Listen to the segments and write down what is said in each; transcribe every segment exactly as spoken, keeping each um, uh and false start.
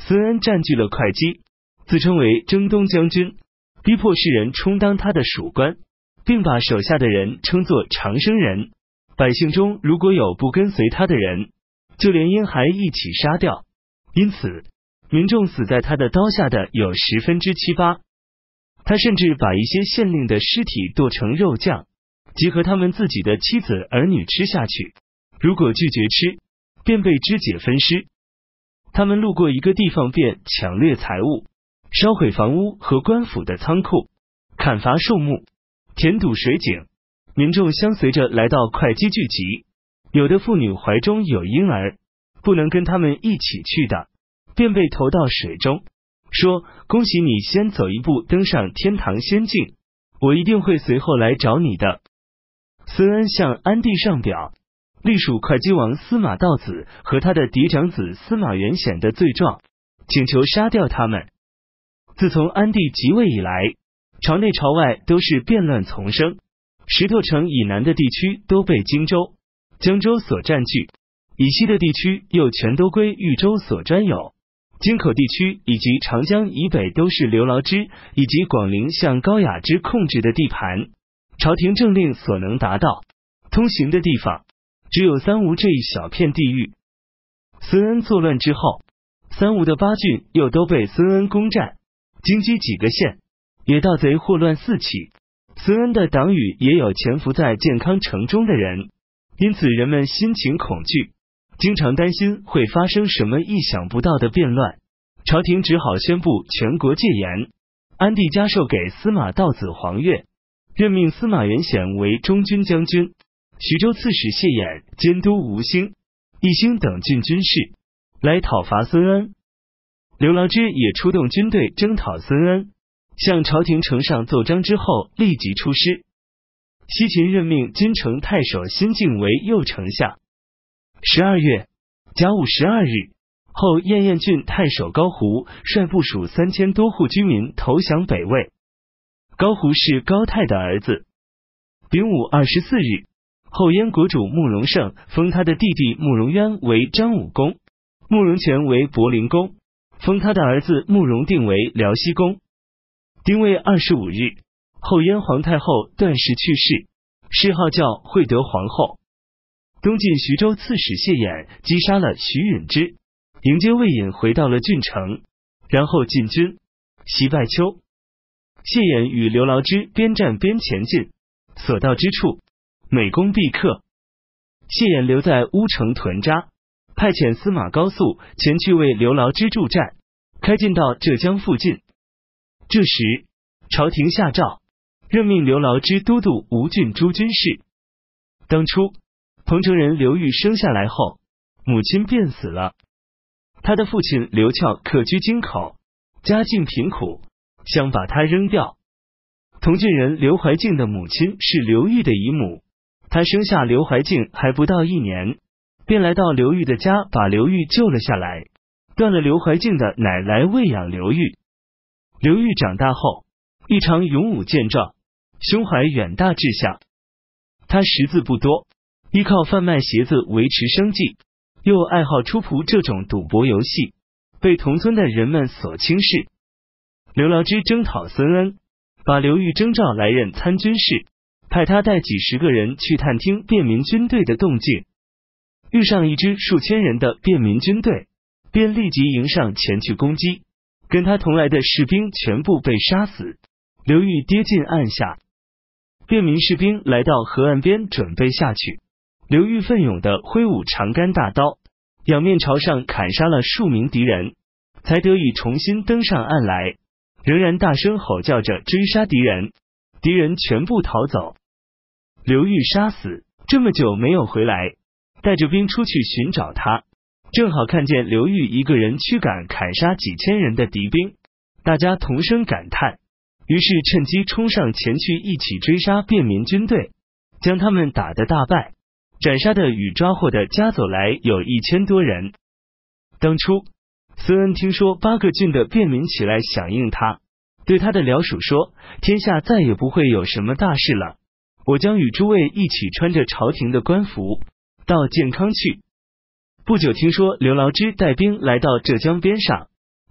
孙恩占据了会稽，自称为征东将军，逼迫士人充当他的属官，并把手下的人称作长生人。百姓中如果有不跟随他的人，就连婴孩一起杀掉。因此，民众死在他的刀下的有十分之七八。他甚至把一些县令的尸体剁成肉酱，集合他们自己的妻子儿女吃下去。如果拒绝吃，便被肢解分尸。他们路过一个地方，便抢掠财物，烧毁房屋和官府的仓库，砍伐树木，填堵水井。民众相随着来到会稽聚集，有的妇女怀中有婴儿，不能跟他们一起去的，便被投到水中，说：恭喜你先走一步登上天堂仙境，我一定会随后来找你的。孙恩向安帝上表，隶属会稽王司马道子和他的嫡长子司马元显的罪状，请求杀掉他们。自从安帝即位以来，朝内朝外都是变乱丛生，石头城以南的地区都被荆州、江州所占据，以西的地区又全都归豫州所专有。京口地区以及长江以北都是刘牢之以及广陵向高雅之控制的地盘，朝廷政令所能达到通行的地方，只有三吴这一小片地域。孙恩作乱之后，三吴的八郡又都被孙恩攻占，京畿几个县也盗贼祸乱四起。孙恩的党羽也有潜伏在建康城中的人，因此人们心情恐惧，经常担心会发生什么意想不到的变乱。朝廷只好宣布全国戒严。安帝加授给司马道子黄钺，任命司马元显为中军将军，徐州刺史谢衍监督吴兴、义兴等郡军事，来讨伐孙恩。刘牢之也出动军队征讨孙恩，向朝廷呈上奏章之后立即出师。西秦任命金城太守辛敬为右丞相。十二月甲午十二日，后燕燕郡太守高胡率部属三千多户居民投降北魏。高胡是高泰的儿子。丙午二十四日，后燕国主慕容盛封他的弟弟慕容渊为张武公，慕容权为柏林公，封他的儿子慕容定为辽西公。丁未二十五日，后燕皇太后段氏去世，谥号叫惠德皇后。东晋徐州刺史谢衍击杀了徐允之，迎接魏隐回到了郡城，然后进军袭拜丘。谢衍与刘牢之边战边前进，所到之处每攻必克。谢衍留在乌城屯扎，派遣司马高肃前去为刘牢之助战，开进到浙江附近。这时朝廷下诏，任命刘牢之都督吴郡诸军事。当初彭城人刘裕生下来后，母亲便死了。他的父亲刘翘客居京口，家境贫苦，想把他扔掉。同郡人刘怀敬的母亲是刘裕的姨母，他生下刘怀敬还不到一年，便来到刘裕的家，把刘裕救了下来，断了刘怀敬的奶来喂养刘裕。刘裕长大后，异常勇武健壮，胸怀远大志向。他识字不多，依靠贩卖鞋子维持生计，又爱好出仆这种赌博游戏，被同村的人们所轻视。刘牢之征讨孙恩，把刘裕征召来任参军事，派他带几十个人去探听便民军队的动静。遇上一支数千人的便民军队，便立即迎上前去攻击，跟他同来的士兵全部被杀死，刘裕跌进暗下。便民士兵来到河岸边准备下去，刘裕奋勇地挥舞长杆大刀，仰面朝上砍杀了数名敌人，才得以重新登上岸来，仍然大声吼叫着追杀敌人，敌人全部逃走。刘裕杀死，这么久没有回来，带着兵出去寻找他，正好看见刘裕一个人驱赶砍杀几千人的敌兵，大家同声感叹，于是趁机冲上前去一起追杀便民军队，将他们打得大败，斩杀的与抓获的加走来有一千多人。当初孙恩听说八个郡的便民起来响应他，对他的僚属说，天下再也不会有什么大事了，我将与诸位一起穿着朝廷的官服到建康去。不久听说刘牢之带兵来到浙江边上，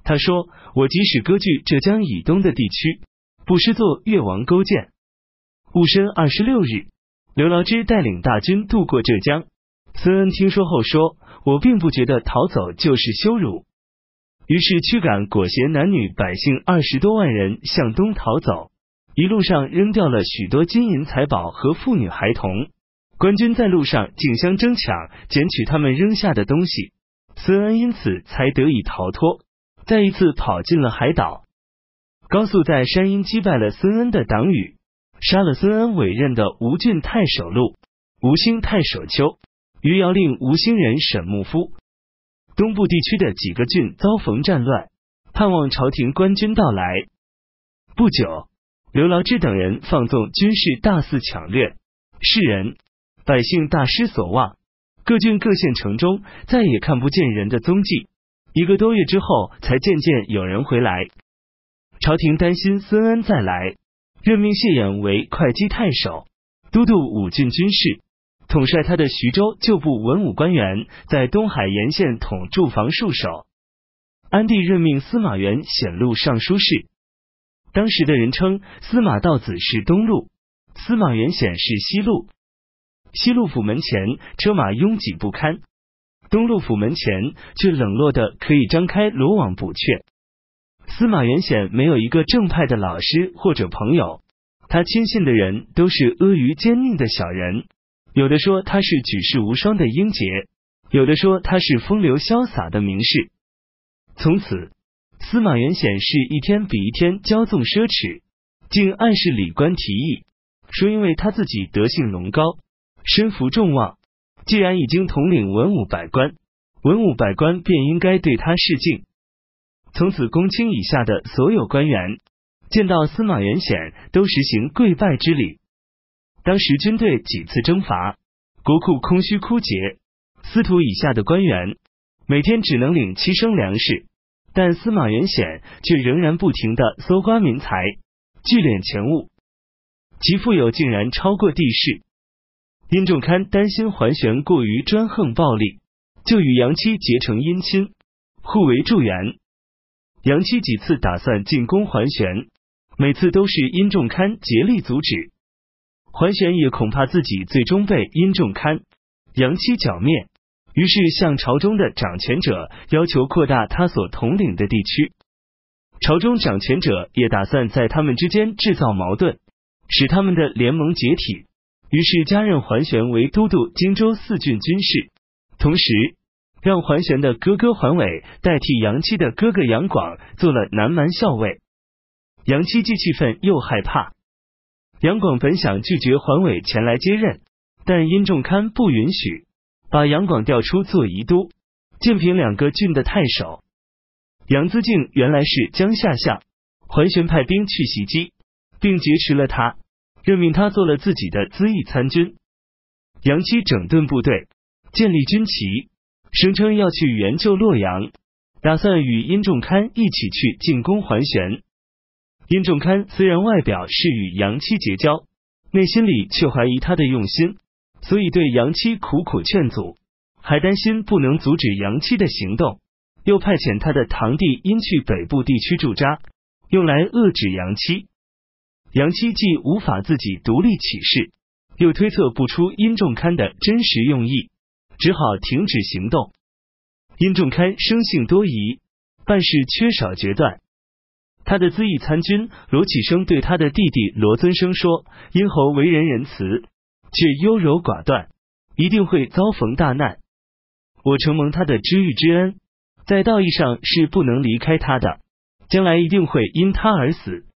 他说：“我即使割据浙江以东的地区，不失作越王勾践。”戊申二十六日，刘牢之带领大军渡过浙江。孙恩听说后说：“我并不觉得逃走就是羞辱。”于是驱赶裹挟男女百姓二十多万人向东逃走，一路上扔掉了许多金银财宝和妇女孩童。官军在路上竞相争抢，捡取他们扔下的东西，孙恩因此才得以逃脱，再一次跑进了海岛。高肃在山阴击败了孙恩的党羽，杀了孙恩委任的吴郡太守陆、吴兴太守丘、余姚令吴兴人沈牧夫。东部地区的几个郡遭逢战乱，盼望朝廷官军到来。不久，刘牢之等人放纵军士大肆抢掠，士人、百姓大失所望，各郡各县城中再也看不见人的踪迹。一个多月之后，才渐渐有人回来。朝廷担心孙恩再来，任命谢衍为会稽太守，都督五郡军事，统帅他的徐州旧部文武官员，在东海沿线统驻防戍守。安帝任命司马元显录尚书事，当时的人称司马道子是东路，司马元显是西路。西路府门前车马拥挤不堪，东路府门前却冷落的可以张开罗网捕雀。司马元显没有一个正派的老师或者朋友，他亲信的人都是阿谀奸佞的小人，有的说他是举世无双的英杰，有的说他是风流潇洒的名士。从此，司马元显是一天比一天骄纵奢侈，竟暗示礼官提议，说因为他自己德性隆高，身负众望，既然已经统领文武百官，文武百官便应该对他示敬。从此公卿以下的所有官员见到司马元显都实行跪拜之礼。当时军队几次征伐，国库空虚枯竭，司徒以下的官员每天只能领七升粮食，但司马元显却仍然不停地搜刮民财，聚敛钱物，其富有竟然超过帝室。殷仲堪担心桓玄过于专横暴力，就与杨期结成姻亲，互为助援。杨期几次打算进攻桓玄，每次都是殷仲堪竭力阻止。桓玄也恐怕自己最终被殷仲堪、杨期剿灭，于是向朝中的掌权者要求扩大他所统领的地区。朝中掌权者也打算在他们之间制造矛盾，使他们的联盟解体，于是加任桓玄为都督荆州四郡军事，同时让桓玄的哥哥桓伟代替杨期的哥哥杨广做了南蛮校尉。杨期既气愤又害怕，杨广本想拒绝桓伟前来接任，但殷仲堪不允许，把杨广调出做宜都、建平两个郡的太守。杨资敬原来是江夏相，桓玄派兵去袭击，并劫持了他，任命他做了自己的资议参军。杨期整顿部队，建立军旗，声称要去援救洛阳，打算与殷仲堪一起去进攻桓玄。殷仲堪虽然外表是与杨期结交，内心里却怀疑他的用心，所以对杨期苦苦劝阻，还担心不能阻止杨期的行动，又派遣他的堂弟殷去北部地区驻扎，用来遏制杨期。杨期既无法自己独立起事，又推测不出殷仲堪的真实用意，只好停止行动。殷仲堪生性多疑，办事缺少决断。他的资议参军罗启生对他的弟弟罗尊生说：“殷侯为人仁慈，却优柔寡断，一定会遭逢大难。我承蒙他的知遇之恩，在道义上是不能离开他的，将来一定会因他而死。